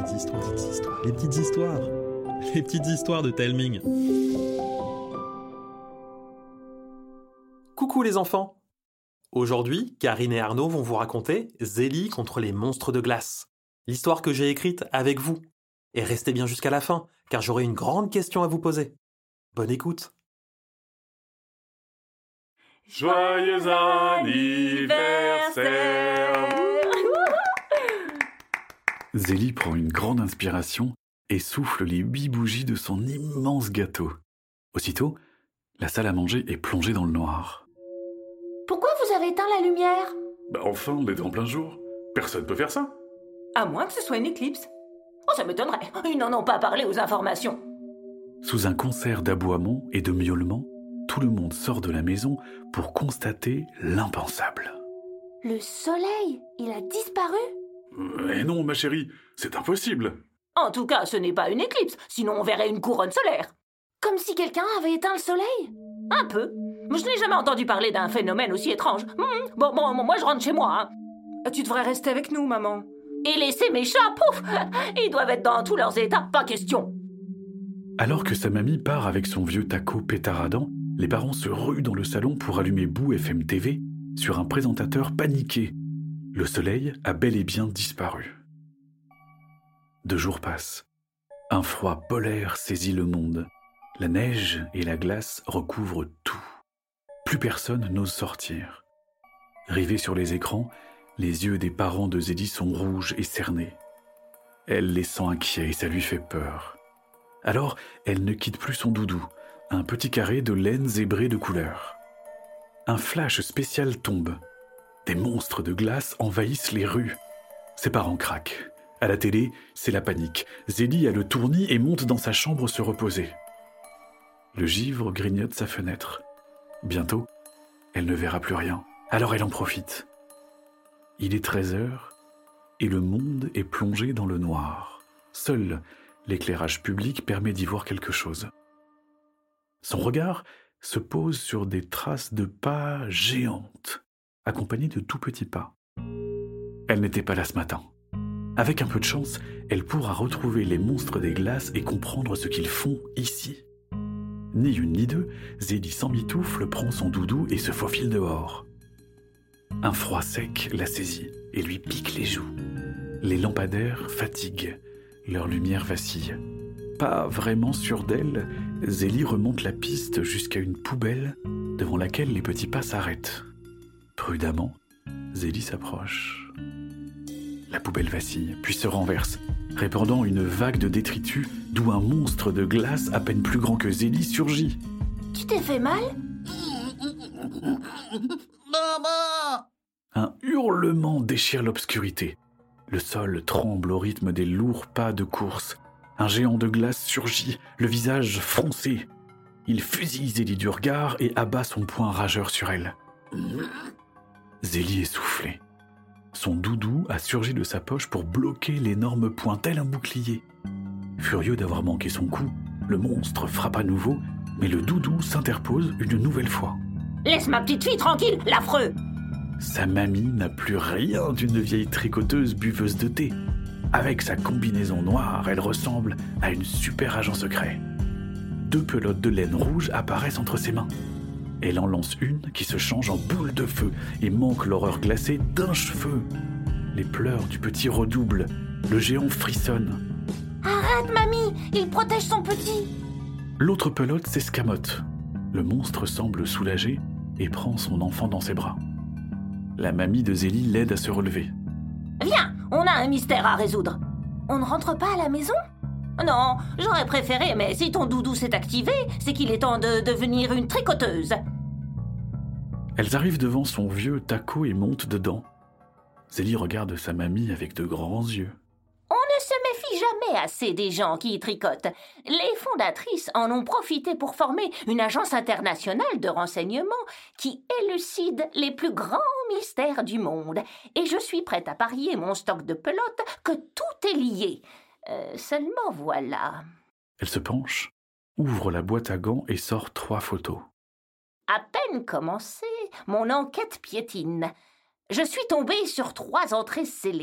Les petites histoires de Telming. Coucou les enfants. Aujourd'hui, Karine et Arnaud vont vous raconter Zélie contre les monstres de glace. L'histoire que j'ai écrite avec vous. Et restez bien jusqu'à la fin, car j'aurai une grande question à vous poser. Bonne écoute. Joyeux anniversaire! Zélie prend une grande inspiration et souffle les 8 bougies de son immense gâteau. Aussitôt, la salle à manger est plongée dans le noir. Pourquoi vous avez éteint la lumière? Enfin, on est en plein jour. Personne peut faire ça. À moins que ce soit une éclipse. Oh, ça m'étonnerait. Ils n'en ont pas parlé aux informations. Sous un concert d'aboiements et de miaulements, tout le monde sort de la maison pour constater l'impensable. Le soleil, il a disparu? Mais non, ma chérie, c'est impossible. En tout cas, ce n'est pas une éclipse, sinon on verrait une couronne solaire. Comme si quelqu'un avait éteint le soleil? Un peu. Je n'ai jamais entendu parler d'un phénomène aussi étrange. Bon, moi je rentre chez moi. Tu devrais rester avec nous, maman. Et laisser mes chats, pouf! Ils doivent être dans tous leurs états, pas question. Alors que sa mamie part avec son vieux taco pétaradant, les parents se ruent dans le salon pour allumer Boo FM TV sur un présentateur paniqué. Le soleil a bel et bien disparu. 2 jours passent. Un froid polaire saisit le monde. La neige et la glace recouvrent tout. Plus personne n'ose sortir. Rivés sur les écrans, les yeux des parents de Zélie sont rouges et cernés. Elle les sent inquiets et ça lui fait peur. Alors, elle ne quitte plus son doudou, un petit carré de laine zébrée de couleurs. Un flash spécial tombe. Des monstres de glace envahissent les rues. Ses parents craquent. À la télé, c'est la panique. Zélie a le tournis et monte dans sa chambre se reposer. Le givre grignote sa fenêtre. Bientôt, elle ne verra plus rien. Alors elle en profite. Il est 13h et le monde est plongé dans le noir. Seul l'éclairage public permet d'y voir quelque chose. Son regard se pose sur des traces de pas géantes, accompagnées de tout petits pas. Elle n'était pas là ce matin. Avec un peu de chance, elle pourra retrouver les monstres des glaces et comprendre ce qu'ils font ici. Ni une ni deux, Zélie s'emmitoufle, prend son doudou et se faufile dehors. Un froid sec la saisit et lui pique les joues. Les lampadaires fatiguent, leur lumière vacille. Pas vraiment sûre d'elle, Zélie remonte la piste jusqu'à une poubelle devant laquelle les petits pas s'arrêtent. Prudemment, Zélie s'approche. La poubelle vacille, puis se renverse, répandant une vague de détritus d'où un monstre de glace à peine plus grand que Zélie surgit. Tu t'es fait mal? Maman! Un hurlement déchire l'obscurité. Le sol tremble au rythme des lourds pas de course. Un géant de glace surgit, le visage froncé. Il fusille Zélie du regard et abat son poing rageur sur elle. Zélie est soufflée. Son doudou a surgi de sa poche pour bloquer l'énorme poing tel un bouclier. Furieux d'avoir manqué son coup, le monstre frappe à nouveau, mais le doudou s'interpose une nouvelle fois. Laisse ma petite fille tranquille, l'affreux! Sa mamie n'a plus rien d'une vieille tricoteuse buveuse de thé. Avec sa combinaison noire, elle ressemble à une super agent secret. 2 pelotes de laine rouge apparaissent entre ses mains. Elle en lance une qui se change en boule de feu et manque l'horreur glacée d'un cheveu. Les pleurs du petit redoublent. Le géant frissonne. Arrête, mamie! Il protège son petit! L'autre pelote s'escamote. Le monstre semble soulagé et prend son enfant dans ses bras. La mamie de Zélie l'aide à se relever. Viens, on a un mystère à résoudre. On ne rentre pas à la maison? Non, j'aurais préféré, mais si ton doudou s'est activé, c'est qu'il est temps de devenir une tricoteuse. Elles arrivent devant son vieux taco et montent dedans. Zélie regarde sa mamie avec de grands yeux. On ne se méfie jamais assez des gens qui y tricotent. Les fondatrices en ont profité pour former une agence internationale de renseignement qui élucide les plus grands mystères du monde. Et je suis prête à parier mon stock de pelotes que tout est lié. Seulement voilà. Elle se penche, ouvre la boîte à gants et sort 3 photos. À peine commencée, mon enquête piétine. Je suis tombée sur 3 entrées scellées.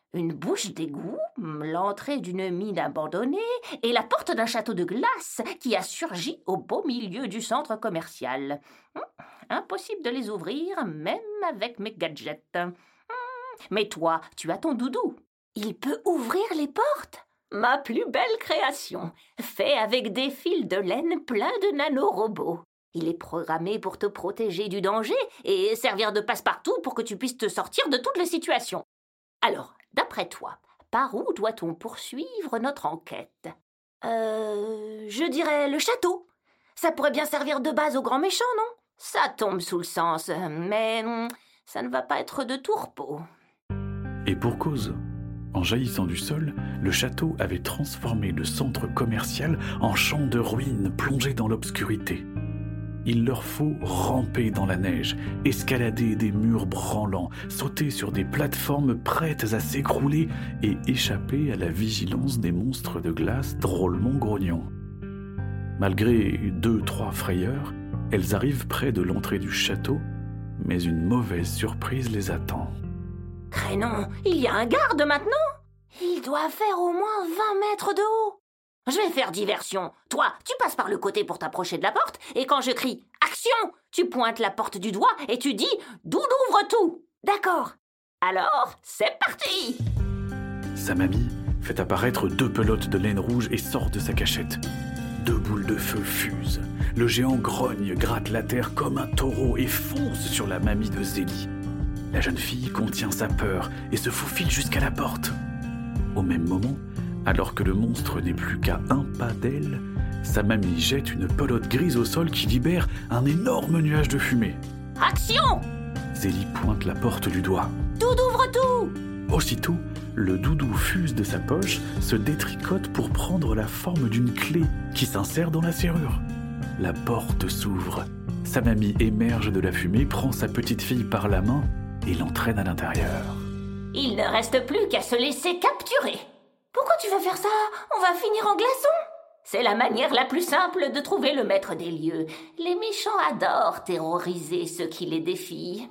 une bouche d'égout, l'entrée d'une mine abandonnée et la porte d'un château de glace qui a surgi au beau milieu du centre commercial. Impossible de les ouvrir, même avec mes gadgets. Mais toi, tu as ton doudou. Il peut ouvrir les portes? Ma plus belle création, fait avec des fils de laine pleins de nanorobots. Il est programmé pour te protéger du danger et servir de passe-partout pour que tu puisses te sortir de toutes les situations. Alors, d'après toi, par où doit-on poursuivre notre enquête? Je dirais le château. Ça pourrait bien servir de base au grand méchant, non? Ça tombe sous le sens, mais ça ne va pas être de tout repos. Et pour cause. En jaillissant du sol, le château avait transformé le centre commercial en champ de ruines plongé dans l'obscurité. Il leur faut ramper dans la neige, escalader des murs branlants, sauter sur des plateformes prêtes à s'écrouler et échapper à la vigilance des monstres de glace drôlement grognons. Malgré 2-3 frayeurs, elles arrivent près de l'entrée du château, mais une mauvaise surprise les attend. Crénon, il y a un garde maintenant? Il doit faire au moins 20 mètres de haut. Je vais faire diversion. Toi, tu passes par le côté pour t'approcher de la porte, et quand je crie « Action !», tu pointes la porte du doigt et tu dis « Doudou ouvre tout !» D'accord. Alors, c'est parti! Sa mamie fait apparaître 2 pelotes de laine rouge et sort de sa cachette. 2 boules de feu fusent. Le géant grogne, gratte la terre comme un taureau et fonce sur la mamie de Zélie. La jeune fille contient sa peur et se faufile jusqu'à la porte. Au même moment, alors que le monstre n'est plus qu'à un pas d'elle, sa mamie jette une pelote grise au sol qui libère un énorme nuage de fumée. Action! Zélie pointe la porte du doigt. Doudou ouvre tout! Aussitôt, le doudou fuse de sa poche, se détricote pour prendre la forme d'une clé qui s'insère dans la serrure. La porte s'ouvre. Sa mamie émerge de la fumée, prend sa petite fille par la main et l'entraîne à l'intérieur. Il ne reste plus qu'à se laisser capturer. Pourquoi tu veux faire ça? On va finir en glaçon. C'est la manière la plus simple de trouver le maître des lieux. Les méchants adorent terroriser ceux qui les défient.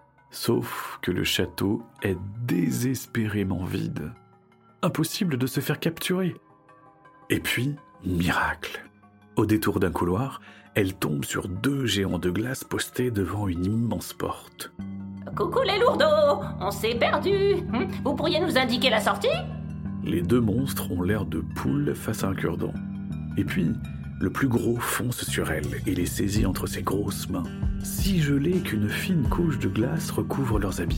Sauf que le château est désespérément vide. Impossible de se faire capturer. Et puis, miracle. Au détour d'un couloir, elle tombe sur 2 géants de glace postés devant une immense porte. Coucou les lourdeaux, on s'est perdus. Vous pourriez nous indiquer la sortie? Les 2 monstres ont l'air de poules face à un cure-dent. Et puis, le plus gros fonce sur elle et les saisit entre ses grosses mains, si gelées qu'une fine couche de glace recouvre leurs habits.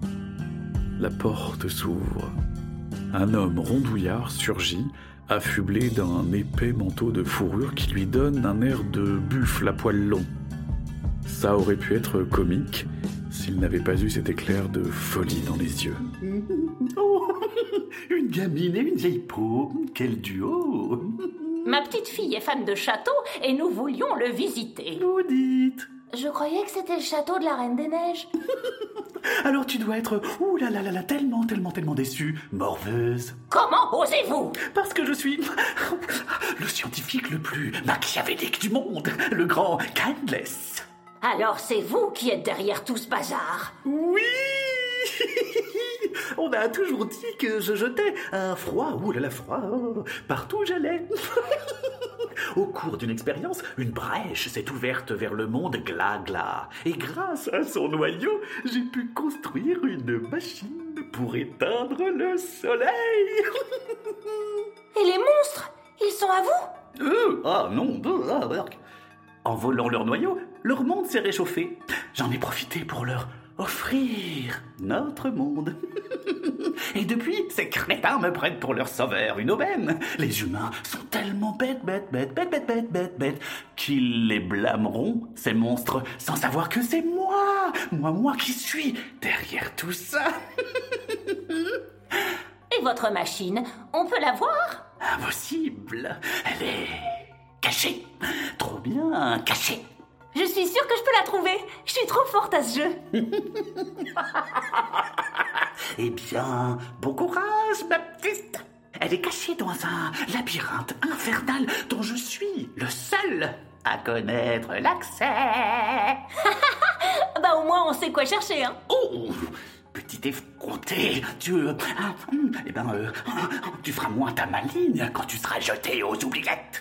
La porte s'ouvre. Un homme rondouillard surgit, affublé d'un épais manteau de fourrure qui lui donne un air de buffle à poils longs. Ça aurait pu être comique s'il n'avait pas eu cet éclair de folie dans les yeux. Oh, une gamine et une vieille peau, quel duo! Ma petite fille est fan de château et nous voulions le visiter. Vous dites. Je croyais que c'était le château de la Reine des Neiges. Alors tu dois être, ouh là là là là, tellement déçue, morveuse. Comment osez-vous? Parce que je suis le scientifique le plus machiavélique du monde, le grand Kindless. Alors c'est vous qui êtes derrière tout ce bazar? Oui. On a toujours dit que je jetais un froid, ouh là là, froid, partout où j'allais. Au cours d'une expérience, une brèche s'est ouverte vers le monde gla-gla. Et grâce à son noyau, j'ai pu construire une machine pour éteindre le soleil. Et les monstres, ils sont à vous? Ah non, en volant leur noyau, leur monde s'est réchauffé. J'en ai profité pour leur offrir notre monde. Et depuis, ces crétins me prennent pour leur sauveur, une aubaine. Les humains sont tellement bêtes, qu'ils les blâmeront, ces monstres, sans savoir que c'est moi qui suis derrière tout ça. Et votre machine, on peut la voir? Impossible, elle est cachée, trop bien cachée. Je suis sûre que je peux la trouver. Je suis trop forte à ce jeu. Eh bien, bon courage, ma petite. Elle est cachée dans un labyrinthe infernal dont je suis le seul à connaître l'accès. Bah au moins on sait quoi chercher, hein. Oh, petit effronté. Tu feras moins ta maligne quand tu seras jeté aux oubliettes.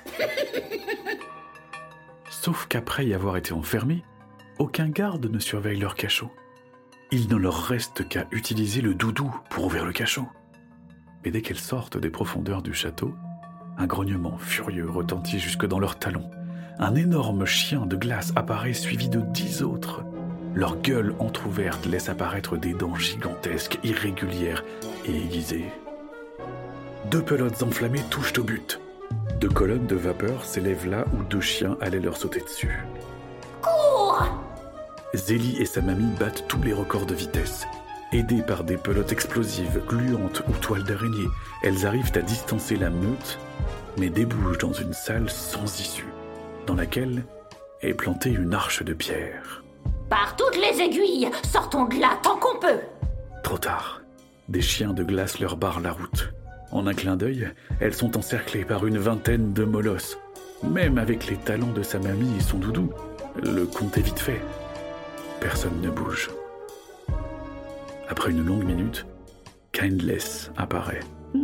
Sauf qu'après y avoir été enfermés, aucun garde ne surveille leur cachot. Il ne leur reste qu'à utiliser le doudou pour ouvrir le cachot. Mais dès qu'elles sortent des profondeurs du château, un grognement furieux retentit jusque dans leurs talons. Un énorme chien de glace apparaît suivi de 10 autres. Leur gueule entr'ouverte laisse apparaître des dents gigantesques, irrégulières et aiguisées. 2 pelotes enflammées touchent au but. 2 colonnes de vapeur s'élèvent là où 2 chiens allaient leur sauter dessus. Cours! Zélie et sa mamie battent tous les records de vitesse. Aidées par des pelotes explosives, gluantes ou toiles d'araignée, elles arrivent à distancer la meute, mais débouchent dans une salle sans issue, dans laquelle est plantée une arche de pierre. Par toutes les aiguilles, sortons de là tant qu'on peut. Trop tard. Des chiens de glace leur barrent la route. En un clin d'œil, elles sont encerclées par une vingtaine de molosses. Même avec les talons de sa mamie et son doudou, le compte est vite fait. Personne ne bouge. Après une longue minute, Kindless apparaît.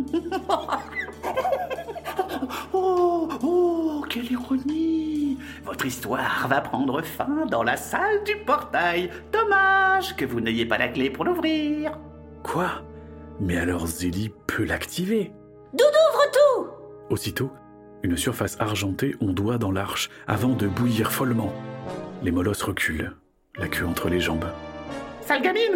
Oh, quelle ironie! Votre histoire va prendre fin dans la salle du portail. Dommage que vous n'ayez pas la clé pour l'ouvrir. Quoi? Mais alors Zélie peut l'activer. Doudou, ouvre tout! Aussitôt, une surface argentée ondoie dans l'arche avant de bouillir follement. Les molosses reculent, la queue entre les jambes. Sale gamine!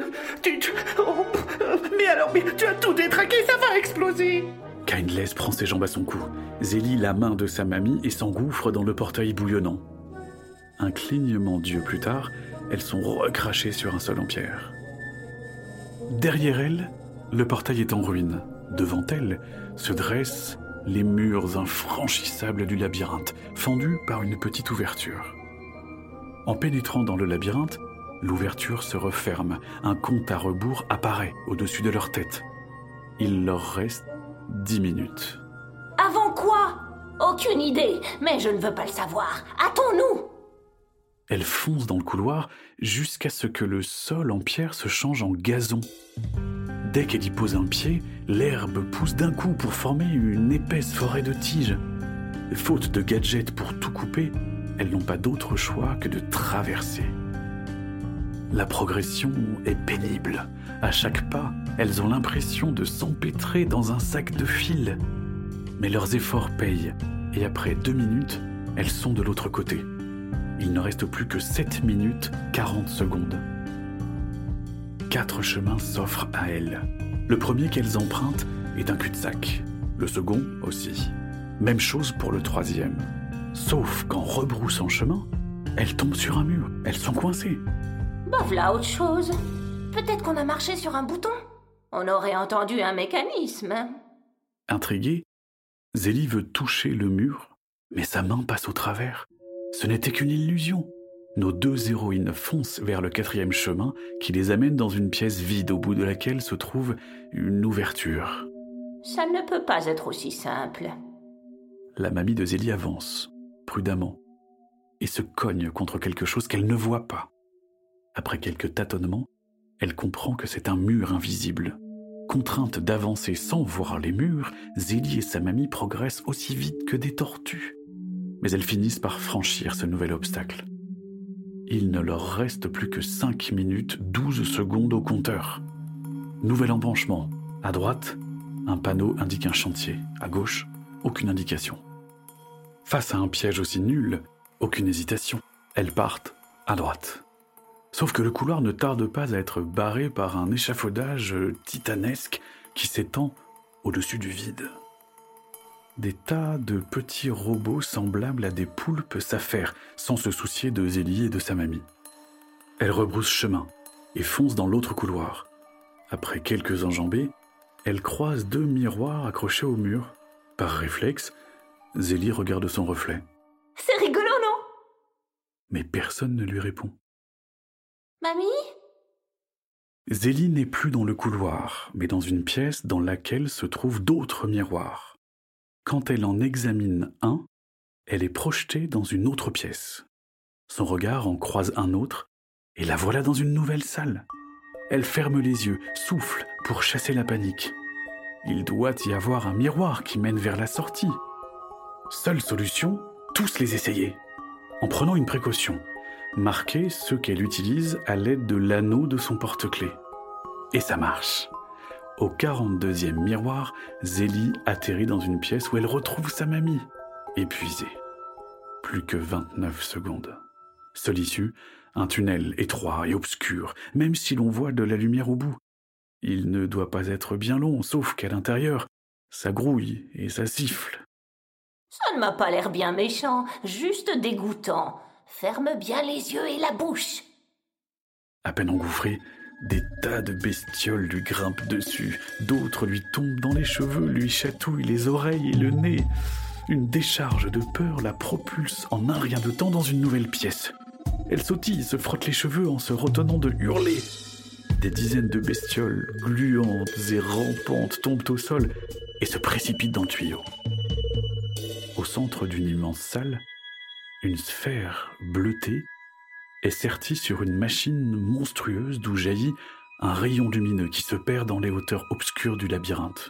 Mais tu as tout détraqué, ça va exploser! Kindless prend ses jambes à son cou, Zélie la main de sa mamie et s'engouffre dans le portail bouillonnant. Un clignement d'yeux plus tard, elles sont recrachées sur un sol en pierre. Derrière elles, le portail est en ruine. Devant elles se dressent les murs infranchissables du labyrinthe, fendus par une petite ouverture. En pénétrant dans le labyrinthe, l'ouverture se referme. Un compte à rebours apparaît au-dessus de leur tête. Il leur reste 10 minutes. Avant quoi? Aucune idée, mais je ne veux pas le savoir. Hâtons-nous! Elle fonce dans le couloir jusqu'à ce que le sol en pierre se change en gazon. Dès qu'elle y pose un pied, l'herbe pousse d'un coup pour former une épaisse forêt de tiges. Faute de gadgets pour tout couper, elles n'ont pas d'autre choix que de traverser. La progression est pénible. À chaque pas, elles ont l'impression de s'empêtrer dans un sac de fil. Mais leurs efforts payent, et après 2 minutes, elles sont de l'autre côté. Il ne reste plus que 7 minutes 40 secondes. 4 chemins s'offrent à elles. Le premier qu'elles empruntent est un cul-de-sac. Le second aussi. Même chose pour le troisième. Sauf qu'en rebroussant chemin, elles tombent sur un mur. Elles sont coincées. Bah voilà autre chose. Peut-être qu'on a marché sur un bouton. On aurait entendu un mécanisme. Intriguée, Zélie veut toucher le mur, mais sa main passe au travers. Ce n'était qu'une illusion. Nos 2 héroïnes foncent vers le 4e chemin qui les amène dans une pièce vide au bout de laquelle se trouve une ouverture. Ça ne peut pas être aussi simple. La mamie de Zélie avance, prudemment, et se cogne contre quelque chose qu'elle ne voit pas. Après quelques tâtonnements, elle comprend que c'est un mur invisible. Contrainte d'avancer sans voir les murs, Zélie et sa mamie progressent aussi vite que des tortues. Mais elles finissent par franchir ce nouvel obstacle. Il ne leur reste plus que 5 minutes 12 secondes au compteur. Nouvel embranchement. À droite, un panneau indique un chantier. À gauche, aucune indication. Face à un piège aussi nul, aucune hésitation. Elles partent à droite. Sauf que le couloir ne tarde pas à être barré par un échafaudage titanesque qui s'étend au-dessus du vide. Des tas de petits robots semblables à des poulpes s'affairent sans se soucier de Zélie et de sa mamie. Elle rebrousse chemin et fonce dans l'autre couloir. Après quelques enjambées, elle croise 2 miroirs accrochés au mur. Par réflexe, Zélie regarde son reflet. C'est rigolo, non? Mais personne ne lui répond. Mamie? Zélie n'est plus dans le couloir, mais dans une pièce dans laquelle se trouvent d'autres miroirs. Quand elle en examine un, elle est projetée dans une autre pièce. Son regard en croise un autre, et la voilà dans une nouvelle salle. Elle ferme les yeux, souffle pour chasser la panique. Il doit y avoir un miroir qui mène vers la sortie. Seule solution, tous les essayer. En prenant une précaution, marquer ceux qu'elle utilise à l'aide de l'anneau de son porte-clés. Et ça marche. Au 42e miroir, Zélie atterrit dans une pièce où elle retrouve sa mamie, épuisée. Plus que 29 secondes. Seule issue, un tunnel étroit et obscur, même si l'on voit de la lumière au bout. Il ne doit pas être bien long, sauf qu'à l'intérieur, ça grouille et ça siffle. Ça ne m'a pas l'air bien méchant, juste dégoûtant. Ferme bien les yeux et la bouche. À peine engouffré, des tas de bestioles lui grimpent dessus, d'autres lui tombent dans les cheveux, lui chatouillent les oreilles et le nez. Une décharge de peur la propulse en un rien de temps dans une nouvelle pièce. Elle sautille, se frotte les cheveux en se retenant de hurler. Des dizaines de bestioles, gluantes et rampantes, tombent au sol et se précipitent dans le tuyau. Au centre d'une immense salle, une sphère bleutée est sertie sur une machine monstrueuse d'où jaillit un rayon lumineux qui se perd dans les hauteurs obscures du labyrinthe.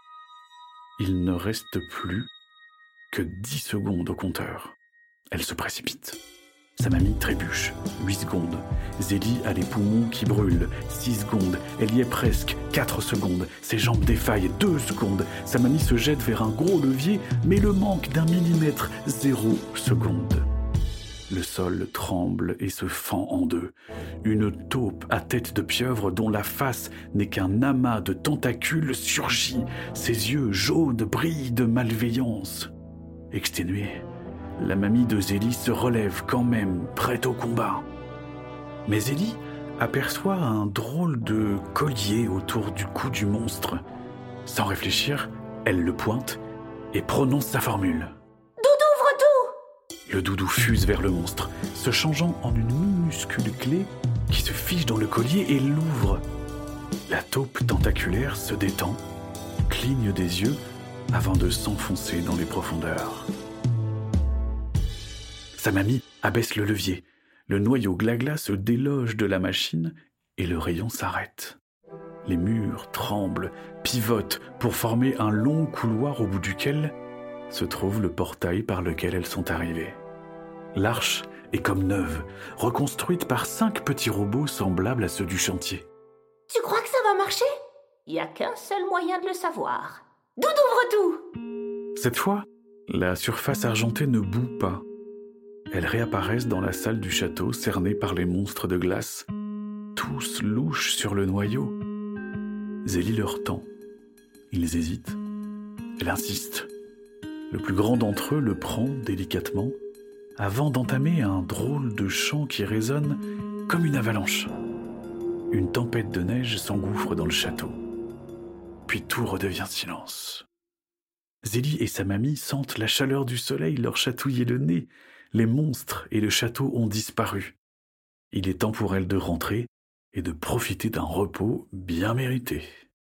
Il ne reste plus que 10 secondes au compteur. Elle se précipite. Sa mamie trébuche. 8 secondes. Zélie a les poumons qui brûlent. 6 secondes. Elle y est presque. 4 secondes. Ses jambes défaillent. 2 secondes. Sa mamie se jette vers un gros levier, mais le manque d'1 millimètre. 0 seconde. Le sol tremble et se fend en deux. Une taupe à tête de pieuvre dont la face n'est qu'un amas de tentacules surgit. Ses yeux jaunes brillent de malveillance. Exténuée, la mamie de Zélie se relève quand même, prête au combat. Mais Zélie aperçoit un drôle de collier autour du cou du monstre. Sans réfléchir, elle le pointe et prononce sa formule. Doudou, ouvre tout! Le doudou fuse vers le monstre, se changeant en une minuscule clé qui se fiche dans le collier et l'ouvre. La taupe tentaculaire se détend, cligne des yeux avant de s'enfoncer dans les profondeurs. Sa mamie abaisse le levier. Le noyau glagla se déloge de la machine et le rayon s'arrête. Les murs tremblent, pivotent pour former un long couloir au bout duquel se trouve le portail par lequel elles sont arrivées. L'arche est comme neuve, reconstruite par 5 petits robots semblables à ceux du chantier. Tu crois que ça va marcher? Il n'y a qu'un seul moyen de le savoir. Doudou, ouvre tout! Cette fois, la surface argentée ne bout pas. Elles réapparaissent dans la salle du château cernée par les monstres de glace, tous louches sur le noyau. Zélie leur tend. Ils hésitent. Elle insiste. Le plus grand d'entre eux le prend délicatement, avant d'entamer un drôle de chant qui résonne comme une avalanche. Une tempête de neige s'engouffre dans le château. Puis tout redevient silence. Zélie et sa mamie sentent la chaleur du soleil leur chatouiller le nez. Les monstres et le château ont disparu. Il est temps pour elles de rentrer et de profiter d'un repos bien mérité.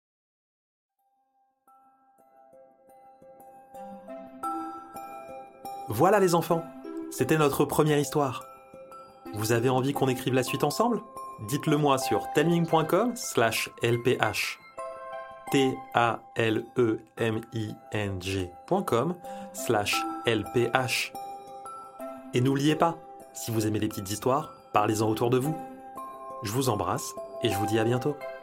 Voilà les enfants, c'était notre première histoire. Vous avez envie qu'on écrive la suite ensemble? Dites-le moi sur telming.com/lph. TALEMING.com/LPH. Et n'oubliez pas, si vous aimez les petites histoires, parlez-en autour de vous. Je vous embrasse et je vous dis à bientôt.